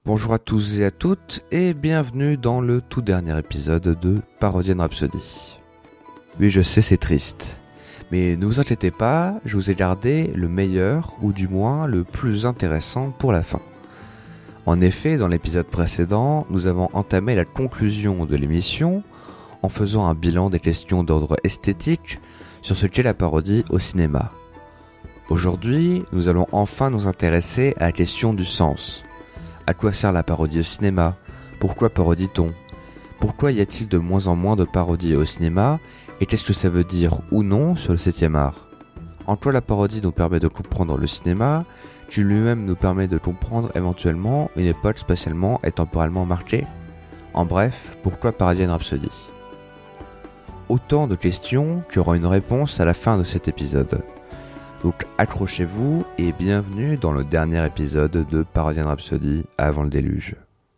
Bonjour à tous et à toutes et bienvenue dans le tout dernier épisode de Parodian Rhapsody. Oui, je sais, c'est triste, mais ne vous inquiétez pas, je vous ai gardé le meilleur ou du moins le plus intéressant pour la fin. En effet, dans l'épisode précédent, nous avons entamé la conclusion de l'émission en faisant un bilan des questions d'ordre esthétique sur ce qu'est la parodie au cinéma. Aujourd'hui, nous allons enfin nous intéresser à la question du sens. À quoi sert la parodie au cinéma ? Pourquoi parodie-t-on ? Pourquoi y a-t-il de moins en moins de parodies au cinéma ? Et qu'est-ce que ça veut dire ou non sur le 7e art ? En quoi la parodie nous permet de comprendre le cinéma, qui lui-même nous permet de comprendre éventuellement une époque spatialement et temporellement marquée ? En bref, pourquoi Parodian Rhapsody ? Autant de questions qui auront une réponse à la fin de cet épisode. Donc accrochez-vous et bienvenue dans le dernier épisode de Parodian Rhapsody avant le déluge.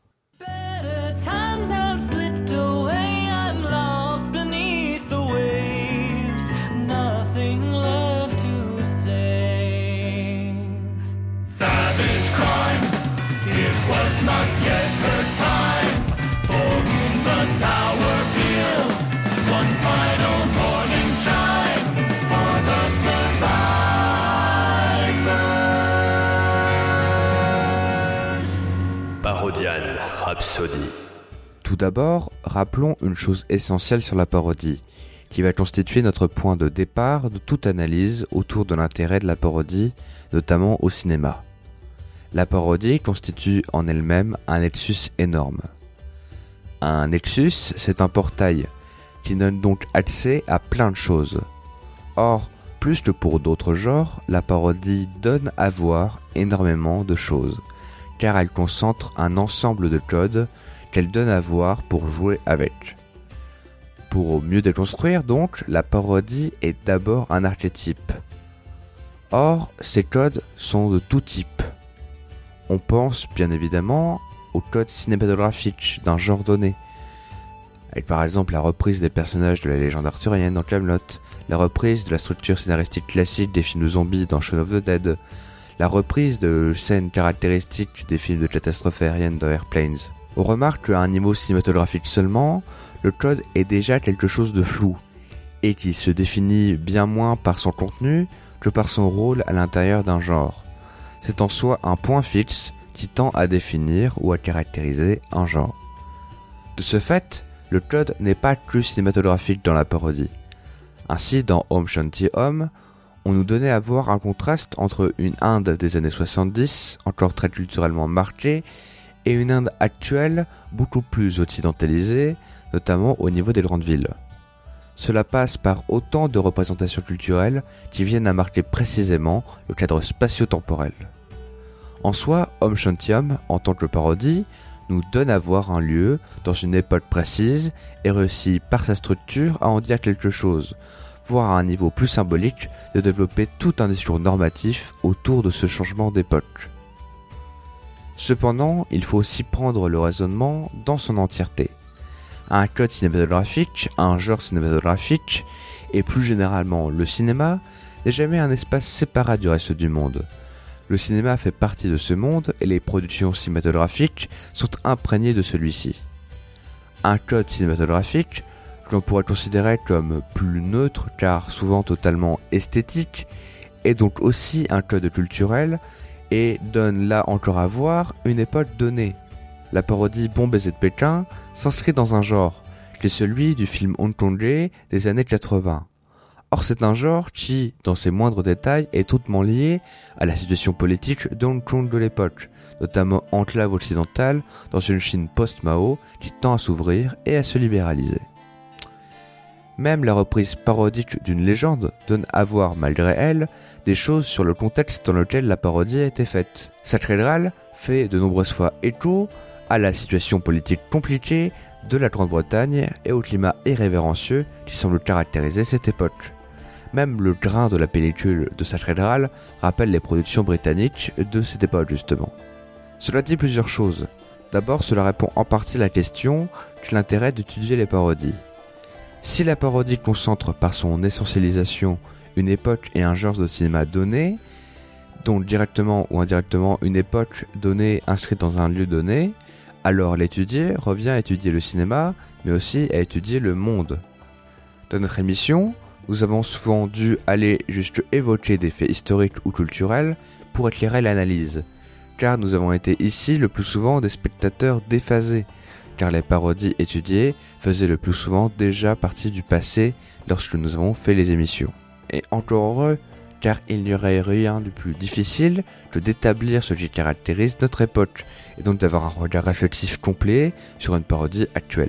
Parodian Rhapsody. Tout d'abord, rappelons une chose essentielle sur la parodie, qui va constituer notre point de départ de toute analyse autour de l'intérêt de la parodie, notamment au cinéma. La parodie constitue en elle-même un nexus énorme. Un nexus, c'est un portail, qui donne donc accès à plein de choses. Or, plus que pour d'autres genres, la parodie donne à voir énormément de choses, car elle concentre un ensemble de codes qu'elle donne à voir pour jouer avec. Pour mieux déconstruire donc, la parodie est d'abord un archétype. Or, ces codes sont de tout type. On pense bien évidemment aux codes cinématographiques d'un genre donné, avec par exemple la reprise des personnages de la légende arthurienne dans Camelot, la reprise de la structure scénaristique classique des films de zombies dans Shaun of the Dead, la reprise de scènes caractéristiques des films de catastrophes aériennes dans Airplanes. On remarque qu'à un niveau cinématographique seulement, le code est déjà quelque chose de flou, et qui se définit bien moins par son contenu que par son rôle à l'intérieur d'un genre. C'est en soi un point fixe qui tend à définir ou à caractériser un genre. De ce fait, le code n'est pas que cinématographique dans la parodie. Ainsi, dans Om Shanti Om, on nous donnait à voir un contraste entre une Inde des années 70, encore très culturellement marquée, et une Inde actuelle, beaucoup plus occidentalisée, notamment au niveau des grandes villes. Cela passe par autant de représentations culturelles qui viennent à marquer précisément le cadre spatio-temporel. En soi, Om Shanti Om, en tant que parodie, nous donne à voir un lieu dans une époque précise et réussit par sa structure à en dire quelque chose, voire à un niveau plus symbolique de développer tout un discours normatif autour de ce changement d'époque. Cependant, il faut aussi prendre le raisonnement dans son entièreté. Un code cinématographique, un genre cinématographique, et plus généralement le cinéma, n'est jamais un espace séparé du reste du monde. Le cinéma fait partie de ce monde et les productions cinématographiques sont imprégnées de celui-ci. Un code cinématographique, que l'on pourrait considérer comme plus neutre car souvent totalement esthétique, est donc aussi un code culturel et donne là encore à voir une époque donnée. La parodie Bon baiser de Pékin s'inscrit dans un genre, qui est celui du film hongkongais des années 80. Or c'est un genre qui, dans ses moindres détails, est hautement lié à la situation politique de Hong Kong de l'époque, notamment enclave occidentale dans une Chine post-Mao qui tend à s'ouvrir et à se libéraliser. Même la reprise parodique d'une légende donne à voir, malgré elle, des choses sur le contexte dans lequel la parodie a été faite. Sacré Graal fait de nombreuses fois écho à la situation politique compliquée de la Grande-Bretagne et au climat irrévérencieux qui semble caractériser cette époque. Même le grain de la pellicule de Sacré Graal rappelle les productions britanniques de cette époque justement. Cela dit plusieurs choses. D'abord, cela répond en partie à la question que l'intérêt d'étudier les parodies. Si la parodie concentre par son essentialisation une époque et un genre de cinéma donné, donc directement ou indirectement une époque donnée inscrite dans un lieu donné, alors l'étudier revient à étudier le cinéma, mais aussi à étudier le monde. Dans notre émission, nous avons souvent dû aller juste évoquer des faits historiques ou culturels pour éclairer l'analyse, car nous avons été ici le plus souvent des spectateurs déphasés, car les parodies étudiées faisaient le plus souvent déjà partie du passé lorsque nous avons fait les émissions. Et encore heureux, car il n'y aurait rien de plus difficile que d'établir ce qui caractérise notre époque, et donc d'avoir un regard réflexif complet sur une parodie actuelle.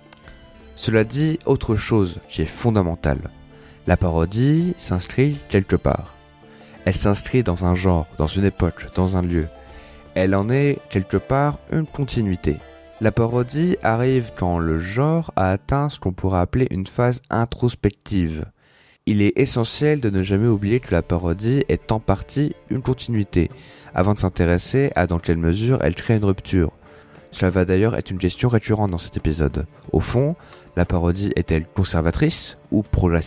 Cela dit autre chose qui est fondamentale. La parodie s'inscrit quelque part. Elle s'inscrit dans un genre, dans une époque, dans un lieu. Elle en est quelque part une continuité. La parodie arrive quand le genre a atteint ce qu'on pourrait appeler une phase introspective. Il est essentiel de ne jamais oublier que la parodie est en partie une continuité, avant de s'intéresser à dans quelle mesure elle crée une rupture. Cela va d'ailleurs être une question récurrente dans cet épisode. Au fond, la parodie est-elle conservatrice ou progressiste ?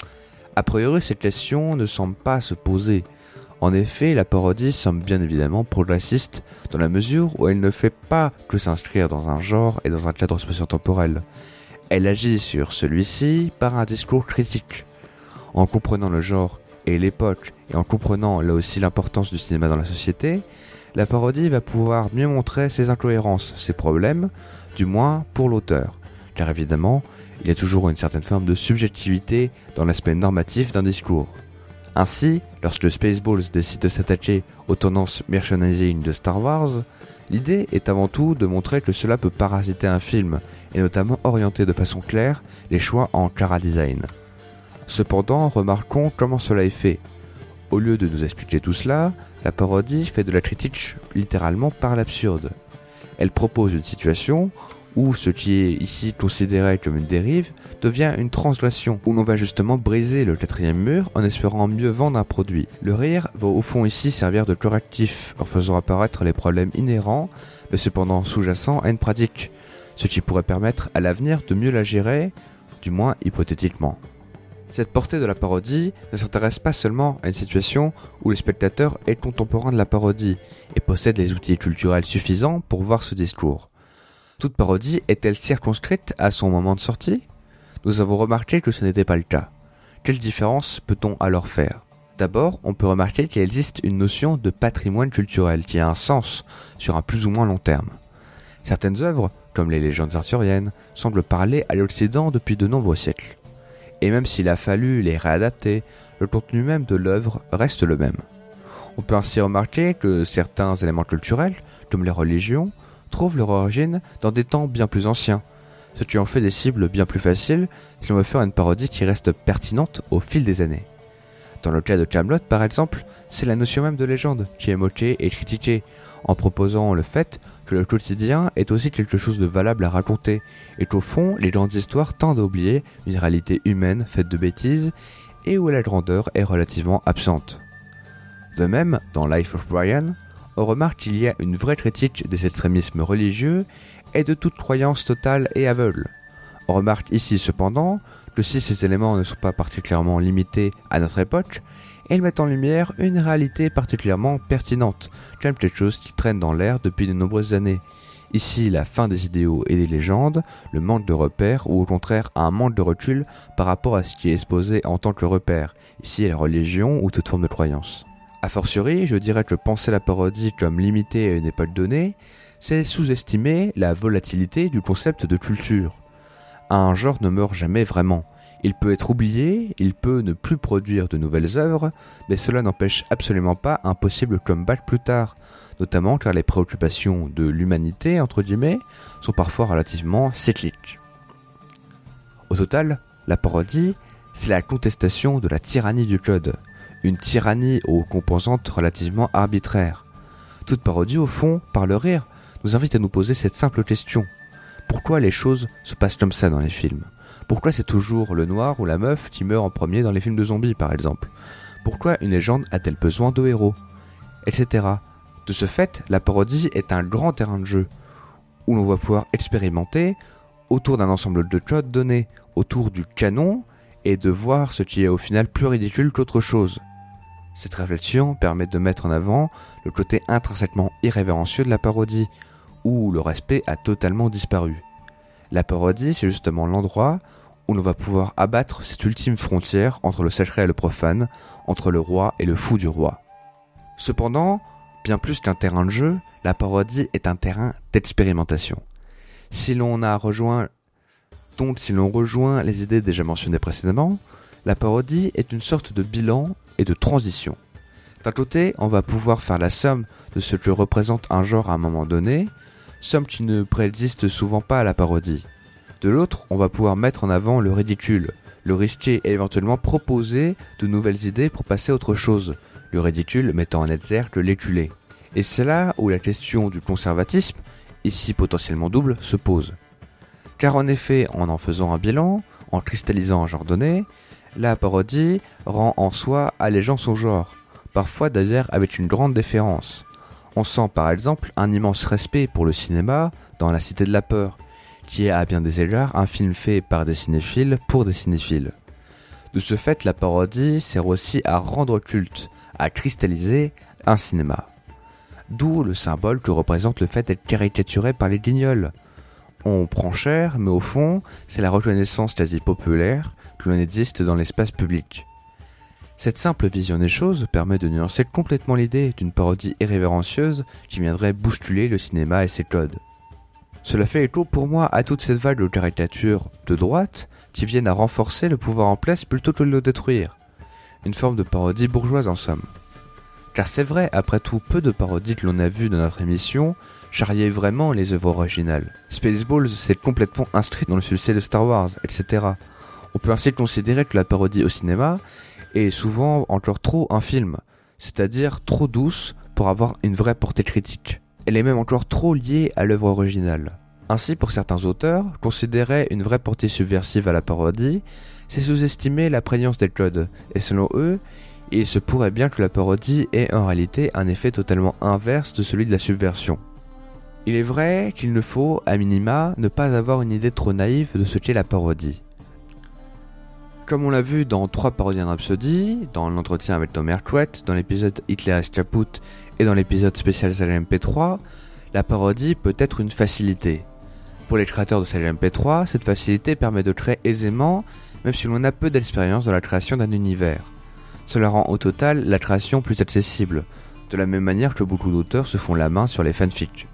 A priori, cette question ne semble pas se poser. En effet, la parodie semble bien évidemment progressiste dans la mesure où elle ne fait pas que s'inscrire dans un genre et dans un cadre spatio-temporel. Elle agit sur celui-ci par un discours critique. En comprenant le genre et l'époque, et en comprenant là aussi l'importance du cinéma dans la société, la parodie va pouvoir mieux montrer ses incohérences, ses problèmes, du moins pour l'auteur. Car évidemment, il y a toujours une certaine forme de subjectivité dans l'aspect normatif d'un discours. Ainsi, lorsque Spaceballs décide de s'attaquer aux tendances merchandising de Star Wars, l'idée est avant tout de montrer que cela peut parasiter un film, et notamment orienter de façon claire les choix en chara-design. Cependant, remarquons comment cela est fait. Au lieu de nous expliquer tout cela, la parodie fait de la critique littéralement par l'absurde. Elle propose une situation où ce qui est ici considéré comme une dérive devient une transgression, où l'on va justement briser le quatrième mur en espérant mieux vendre un produit. Le rire va au fond ici servir de correctif en faisant apparaître les problèmes inhérents, mais cependant sous-jacents à une pratique, ce qui pourrait permettre à l'avenir de mieux la gérer, du moins hypothétiquement. Cette portée de la parodie ne s'intéresse pas seulement à une situation où le spectateur est contemporain de la parodie et possède les outils culturels suffisants pour voir ce discours. Toute parodie est-elle circonscrite à son moment de sortie ? Nous avons remarqué que ce n'était pas le cas. Quelle différence peut-on alors faire ? D'abord, on peut remarquer qu'il existe une notion de patrimoine culturel qui a un sens sur un plus ou moins long terme. Certaines œuvres, comme les légendes arthuriennes, semblent parler à l'Occident depuis de nombreux siècles. Et même s'il a fallu les réadapter, le contenu même de l'œuvre reste le même. On peut ainsi remarquer que certains éléments culturels, comme les religions, trouvent leur origine dans des temps bien plus anciens, ce qui en fait des cibles bien plus faciles si l'on veut faire une parodie qui reste pertinente au fil des années. Dans le cas de Kaamelott par exemple, c'est la notion même de légende qui est moquée et critiquée, en proposant le fait que le quotidien est aussi quelque chose de valable à raconter, et qu'au fond, les grandes histoires tendent à oublier une réalité humaine faite de bêtises, et où la grandeur est relativement absente. De même, dans Life of Brian, on remarque qu'il y a une vraie critique des extrémismes religieux et de toute croyance totale et aveugle. On remarque ici cependant que si ces éléments ne sont pas particulièrement limités à notre époque, ils mettent en lumière une réalité particulièrement pertinente, comme quelque chose qui traîne dans l'air depuis de nombreuses années. Ici, la fin des idéaux et des légendes, le manque de repères ou au contraire un manque de recul par rapport à ce qui est exposé en tant que repère, ici la religion ou toute forme de croyance. A fortiori, je dirais que penser la parodie comme limitée à une époque donnée, c'est sous-estimer la volatilité du concept de culture. Un genre ne meurt jamais vraiment. Il peut être oublié, il peut ne plus produire de nouvelles œuvres, mais cela n'empêche absolument pas un possible comeback plus tard, notamment car les préoccupations de l'humanité, entre guillemets, sont parfois relativement cycliques. Au total, la parodie, c'est la contestation de la tyrannie du code. Une tyrannie aux composantes relativement arbitraires. Toute parodie, au fond, par le rire, nous invite à nous poser cette simple question. Pourquoi les choses se passent comme ça dans les films ? Pourquoi c'est toujours le noir ou la meuf qui meurt en premier dans les films de zombies, par exemple ? Pourquoi une légende a-t-elle besoin de héros ? Etc. De ce fait, la parodie est un grand terrain de jeu, où l'on va pouvoir expérimenter autour d'un ensemble de codes donnés, autour du canon, et de voir ce qui est au final plus ridicule qu'autre chose. Cette réflexion permet de mettre en avant le côté intrinsèquement irrévérencieux de la parodie, où le respect a totalement disparu. La parodie, c'est justement l'endroit où l'on va pouvoir abattre cette ultime frontière entre le sacré et le profane, entre le roi et le fou du roi. Cependant, bien plus qu'un terrain de jeu, la parodie est un terrain d'expérimentation. Si l'on rejoint les idées déjà mentionnées précédemment, la parodie est une sorte de bilan et de transition. D'un côté, on va pouvoir faire la somme de ce que représente un genre à un moment donné, somme qui ne préexiste souvent pas à la parodie. De l'autre, on va pouvoir mettre en avant le ridicule, le risquer et éventuellement proposer de nouvelles idées pour passer à autre chose, le ridicule mettant en exergue l'éculé. Et c'est là où la question du conservatisme, ici potentiellement double, se pose. Car en effet, en faisant un bilan, en cristallisant un genre donné, la parodie rend en soi allégeant son genre, parfois d'ailleurs avec une grande déférence. On sent par exemple un immense respect pour le cinéma dans La Cité de la Peur, qui est à bien des égards un film fait par des cinéphiles pour des cinéphiles. De ce fait, la parodie sert aussi à rendre culte, à cristalliser un cinéma. D'où le symbole que représente le fait d'être caricaturé par les guignols. On prend cher, mais au fond, c'est la reconnaissance quasi populaire que l'on existe dans l'espace public. Cette simple vision des choses permet de nuancer complètement l'idée d'une parodie irrévérencieuse qui viendrait bousculer le cinéma et ses codes. Cela fait écho pour moi à toute cette vague de caricatures de droite qui viennent à renforcer le pouvoir en place plutôt que de le détruire. Une forme de parodie bourgeoise en somme. Car c'est vrai, après tout, peu de parodies que l'on a vues dans notre émission charriaient vraiment les œuvres originales. Spaceballs s'est complètement inscrite dans le succès de Star Wars, etc. On peut ainsi considérer que la parodie au cinéma est souvent encore trop un film, c'est-à-dire trop douce pour avoir une vraie portée critique. Elle est même encore trop liée à l'œuvre originale. Ainsi, pour certains auteurs, considérer une vraie portée subversive à la parodie, c'est sous-estimer la prégnance des codes, et selon eux, il se pourrait bien que la parodie ait en réalité un effet totalement inverse de celui de la subversion. Il est vrai qu'il ne faut, à minima, ne pas avoir une idée trop naïve de ce qu'est la parodie. Comme on l'a vu dans 3 parodies en Rhapsody, dans l'entretien avec Tom Hercouet, dans l'épisode Hitler est caput et dans l'épisode spécial Saga MP3, la parodie peut être une facilité. Pour les créateurs de Saga MP3, cette facilité permet de créer aisément, même si l'on a peu d'expérience dans la création d'un univers. Cela rend au total la création plus accessible, de la même manière que beaucoup d'auteurs se font la main sur les fanfics.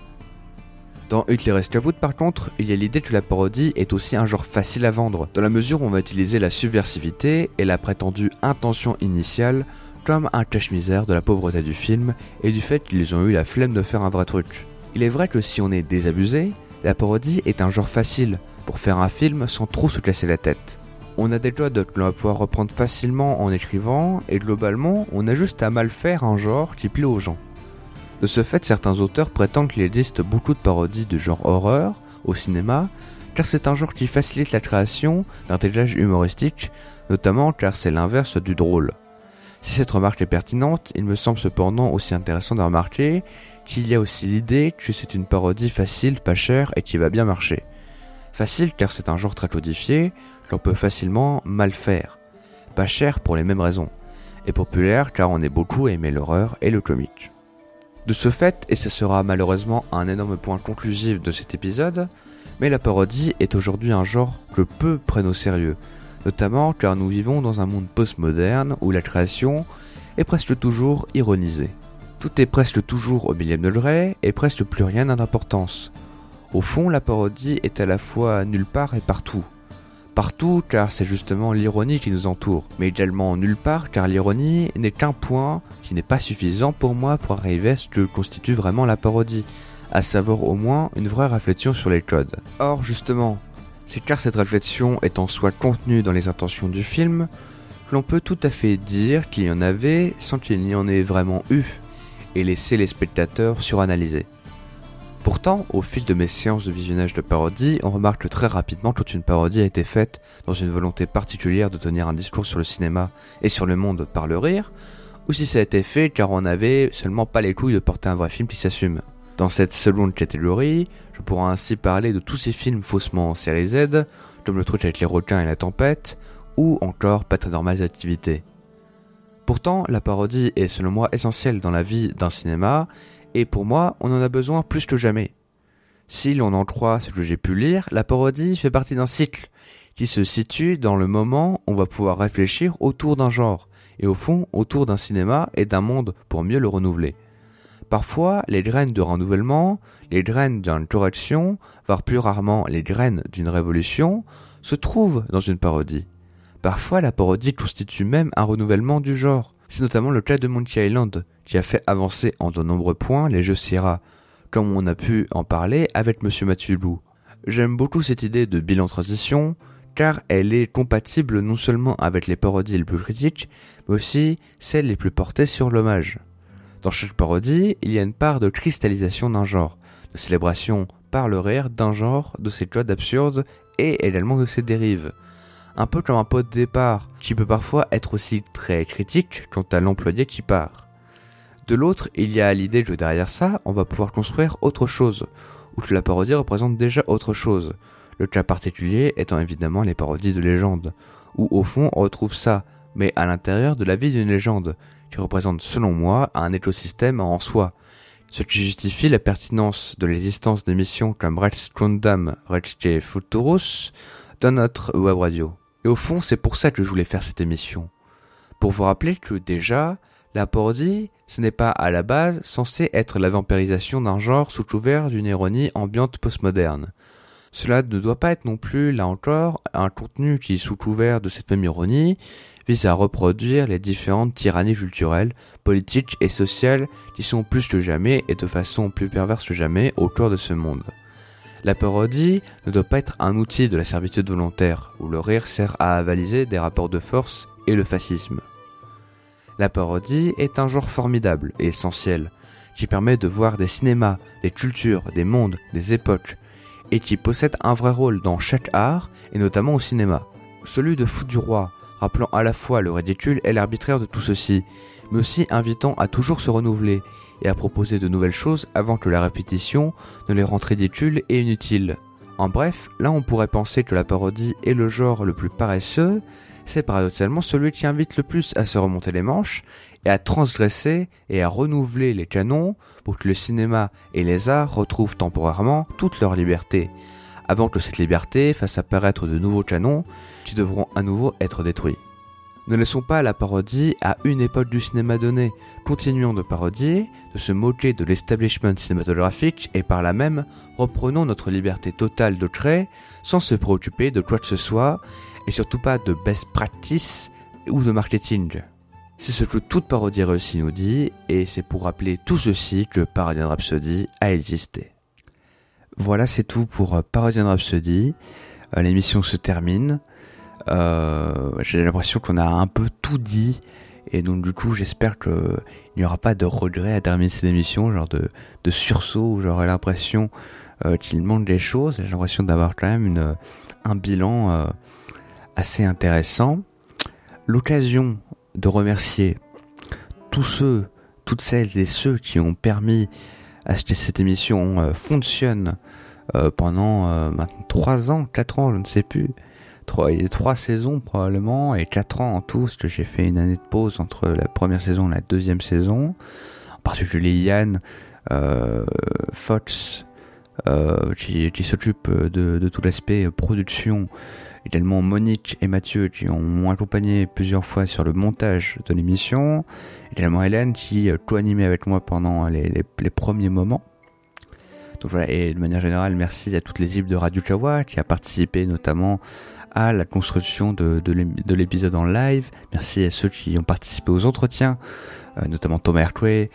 Dans Hitler est caput par contre, il y a l'idée que la parodie est aussi un genre facile à vendre, dans la mesure où on va utiliser la subversivité et la prétendue intention initiale comme un cache-misère de la pauvreté du film et du fait qu'ils ont eu la flemme de faire un vrai truc. Il est vrai que si on est désabusé, la parodie est un genre facile pour faire un film sans trop se casser la tête. On a des codes que l'on va pouvoir reprendre facilement en écrivant et globalement, on a juste à mal faire un genre qui plaît aux gens. De ce fait, certains auteurs prétendent qu'il existe beaucoup de parodies de genre horreur au cinéma, car c'est un genre qui facilite la création d'un téléage humoristique, notamment car c'est l'inverse du drôle. Si cette remarque est pertinente, il me semble cependant aussi intéressant de remarquer qu'il y a aussi l'idée que c'est une parodie facile, pas chère et qui va bien marcher. Facile car c'est un genre très codifié, que l'on peut facilement mal faire. Pas cher pour les mêmes raisons. Et populaire car on est beaucoup à aimer l'horreur et le comique. De ce fait, et ce sera malheureusement un énorme point conclusif de cet épisode, mais la parodie est aujourd'hui un genre que peu prennent au sérieux, notamment car nous vivons dans un monde postmoderne où la création est presque toujours ironisée. Tout est presque toujours au millième degré et presque plus rien n'a d'importance. Au fond, la parodie est à la fois nulle part et partout. Partout car c'est justement l'ironie qui nous entoure, mais également nulle part car l'ironie n'est qu'un point qui n'est pas suffisant pour moi pour arriver à ce que constitue vraiment la parodie, à savoir au moins une vraie réflexion sur les codes. Or justement, c'est car cette réflexion est en soi contenue dans les intentions du film, que l'on peut tout à fait dire qu'il y en avait sans qu'il n'y en ait vraiment eu, et laisser les spectateurs suranalyser. Pourtant, au fil de mes séances de visionnage de parodies, on remarque très rapidement que toute une parodie a été faite dans une volonté particulière de tenir un discours sur le cinéma et sur le monde par le rire, ou si ça a été fait car on n'avait seulement pas les couilles de porter un vrai film qui s'assume. Dans cette seconde catégorie, je pourrais ainsi parler de tous ces films faussement en série Z, comme le truc avec les requins et la tempête, ou encore Pas très normales activités. Pourtant, la parodie est selon moi essentielle dans la vie d'un cinéma, et pour moi, on en a besoin plus que jamais. Si l'on en croit ce que j'ai pu lire, la parodie fait partie d'un cycle qui se situe dans le moment où on va pouvoir réfléchir autour d'un genre, et au fond autour d'un cinéma et d'un monde pour mieux le renouveler. Parfois, les graines de renouvellement, les graines d'une correction, voire plus rarement les graines d'une révolution, se trouvent dans une parodie. Parfois, la parodie constitue même un renouvellement du genre. C'est notamment le cas de Monkey Island, qui a fait avancer en de nombreux points les jeux Sierra, comme on a pu en parler avec Monsieur Mathieu Lou. J'aime beaucoup cette idée de bilan transition, car elle est compatible non seulement avec les parodies les plus critiques, mais aussi celles les plus portées sur l'hommage. Dans chaque parodie, il y a une part de cristallisation d'un genre, de célébration par le rire d'un genre, de ses codes absurdes et également de ses dérives. Un peu comme un pot de départ, qui peut parfois être aussi très critique quant à l'employé qui part. De l'autre, il y a l'idée que derrière ça, on va pouvoir construire autre chose, ou que la parodie représente déjà autre chose. Le cas particulier étant évidemment les parodies de légendes, où au fond on retrouve ça, mais à l'intérieur de la vie d'une légende, qui représente selon moi un écosystème en soi, ce qui justifie la pertinence de l'existence d'émissions comme Rex Condam Rexke Futurus dans notre web radio. Et au fond c'est pour ça que je voulais faire cette émission, pour vous rappeler que déjà, la parodie, ce n'est pas à la base censé être la vampirisation d'un genre sous couvert d'une ironie ambiante postmoderne. Cela ne doit pas être non plus, là encore, un contenu qui, sous couvert de cette même ironie, vise à reproduire les différentes tyrannies culturelles, politiques et sociales qui sont plus que jamais et de façon plus perverse que jamais au cœur de ce monde. La parodie ne doit pas être un outil de la servitude volontaire, où le rire sert à avaliser des rapports de force et le fascisme. La parodie est un genre formidable et essentiel, qui permet de voir des cinémas, des cultures, des mondes, des époques, et qui possède un vrai rôle dans chaque art, et notamment au cinéma. Celui de foutre du roi, rappelant à la fois le ridicule et l'arbitraire de tout ceci, mais aussi invitant à toujours se renouveler, et à proposer de nouvelles choses avant que la répétition ne les rende ridicules et inutiles. En bref, là on pourrait penser que la parodie est le genre le plus paresseux, c'est paradoxalement celui qui invite le plus à se remonter les manches et à transgresser et à renouveler les canons pour que le cinéma et les arts retrouvent temporairement toute leur liberté, avant que cette liberté fasse apparaître de nouveaux canons qui devront à nouveau être détruits. Ne laissons pas la parodie à une époque du cinéma donné, continuons de parodier, de se moquer de l'establishment cinématographique et par là même reprenons notre liberté totale de créer sans se préoccuper de quoi que ce soit et surtout pas de best practice ou de marketing. C'est ce que toute parodie réussie nous dit et c'est pour rappeler tout ceci que Parodian Rhapsody a existé. Voilà, c'est tout pour Parodian Rhapsody. L'émission se termine. J'ai l'impression qu'on a un peu tout dit et donc du coup j'espère qu'il n'y aura pas de regret à terminer cette émission, genre de sursaut où j'aurai l'impression qu'il manque des choses. J'ai l'impression d'avoir quand même un bilan assez intéressant. L'occasion de remercier tous ceux, toutes celles et ceux qui ont permis à ce que cette émission fonctionne pendant maintenant 3 ans, 4 ans, je ne sais plus. 3 saisons probablement et 4 ans en tout, parce que j'ai fait une année de pause entre la première saison et la deuxième saison. En particulier Yann, Fox, qui s'occupe de tout l'aspect production, également Monique et Mathieu qui m'ont accompagné plusieurs fois sur le montage de l'émission, également Hélène qui co-animait avec moi pendant les premiers moments. Donc voilà, et de manière générale, merci à toute l'équipe de Radio Kawa qui a participé notamment à la construction de l'épisode en live. Merci à ceux qui ont participé aux entretiens, notamment Thomas Hertwet,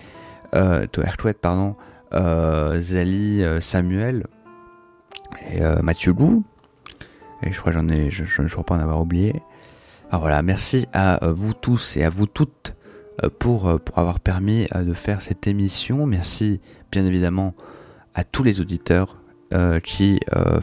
Zali, Samuel et Mathieu Lou. Et je crois je crois pas en avoir oublié. Alors voilà, merci à vous tous et à vous toutes pour avoir permis de faire cette émission. Merci bien évidemment à tous les auditeurs qui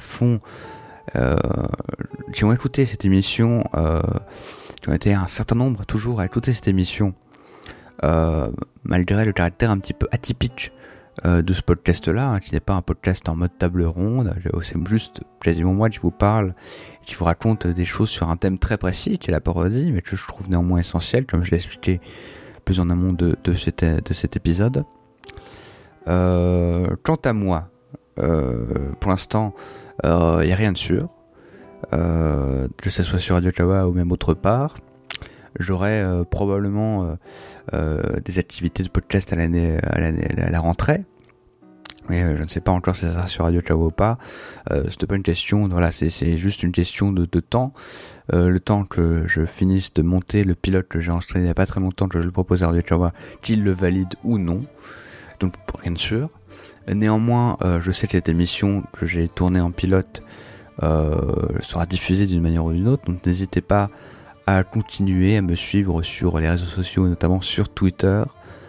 ont écouté cette émission, qui ont été un certain nombre toujours à écouter cette émission, malgré le caractère un petit peu atypique de ce podcast-là, qui n'est pas un podcast en mode table ronde. C'est juste quasiment moi qui vous parle, qui vous raconte des choses sur un thème très précis, qui est la parodie, mais que je trouve néanmoins essentiel, comme je l'ai expliqué plus en amont de cet épisode. Quant à moi, pour l'instant, il n'y a rien de sûr, que ce soit sur Radio Kawa ou même autre part. J'aurai probablement des activités de podcast à la rentrée, mais je ne sais pas encore si ça sera sur Radio Kawa ou pas. C'était pas une question, voilà, c'est juste une question de temps. Le temps que je finisse de monter le pilote que j'ai enregistré il n'y a pas très longtemps, que je le propose à Radio Kawa, qu'il le valide ou non. Donc rien de sûr. Néanmoins, je sais que cette émission que j'ai tournée en pilote sera diffusée d'une manière ou d'une autre, donc n'hésitez pas à continuer à me suivre sur les réseaux sociaux, notamment sur Twitter,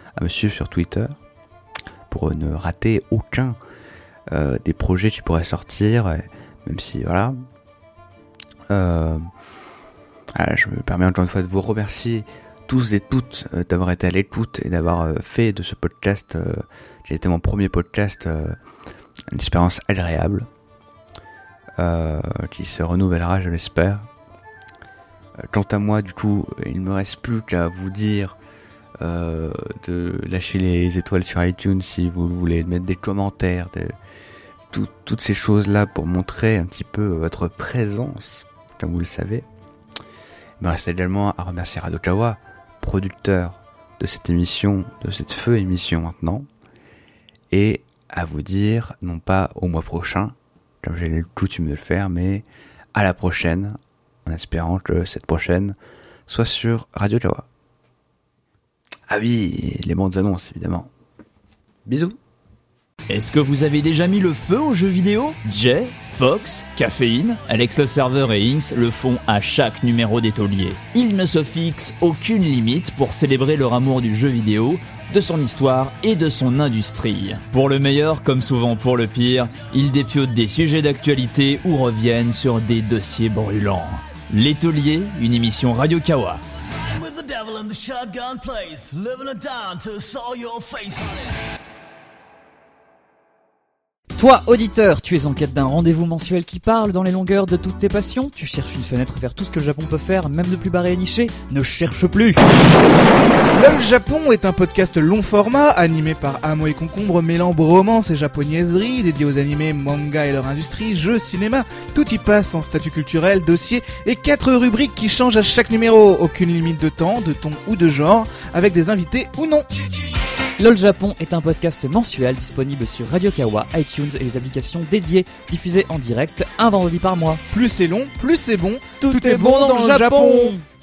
pour ne rater aucun des projets qui pourraient sortir, même si voilà. Je me permets encore une fois de vous remercier tous et toutes d'avoir été à l'écoute et d'avoir fait de ce podcast, qui a été mon premier podcast, une expérience agréable, qui se renouvellera, je l'espère. Quant à moi, du coup, il ne me reste plus qu'à vous dire de lâcher les étoiles sur iTunes si vous voulez, de mettre des commentaires, toutes ces choses-là pour montrer un petit peu votre présence, comme vous le savez. Il me reste également à remercier Radio Kawa, producteur de cette émission, de cette feu émission maintenant, et à vous dire, non pas au mois prochain, comme j'ai le coutume de le faire, mais à la prochaine, en espérant que cette prochaine soit sur Radio Kawa. Ah oui, les bandes annonces évidemment. Bisous. Est-ce que vous avez déjà mis le feu aux jeux vidéo ? Jay, Fox, Caféine, Alex le serveur et Inks le font à chaque numéro des tauliers. Ils ne se fixent aucune limite pour célébrer leur amour du jeu vidéo, de son histoire et de son industrie. Pour le meilleur, comme souvent pour le pire, ils dépiotent des sujets d'actualité ou reviennent sur des dossiers brûlants. Les Tauliers, une émission Radio Kawa. Toi, auditeur, tu es en quête d'un rendez-vous mensuel qui parle dans les longueurs de toutes tes passions ? Tu cherches une fenêtre vers tout ce que le Japon peut faire, même de plus barré et niché ? Ne cherche plus. LOL Japon est un podcast long format animé par Amo et Concombre, mêlant bromance et japonaiserie, dédié aux animés, manga et leur industrie, jeux, cinéma. Tout y passe en statut culturel, dossier et 4 rubriques qui changent à chaque numéro. Aucune limite de temps, de ton ou de genre, avec des invités ou non. LOL Japon est un podcast mensuel disponible sur Radio Kawa, iTunes et les applications dédiées, diffusé en direct un vendredi par mois. Plus c'est long, plus c'est bon. Tout est bon dans le Japon.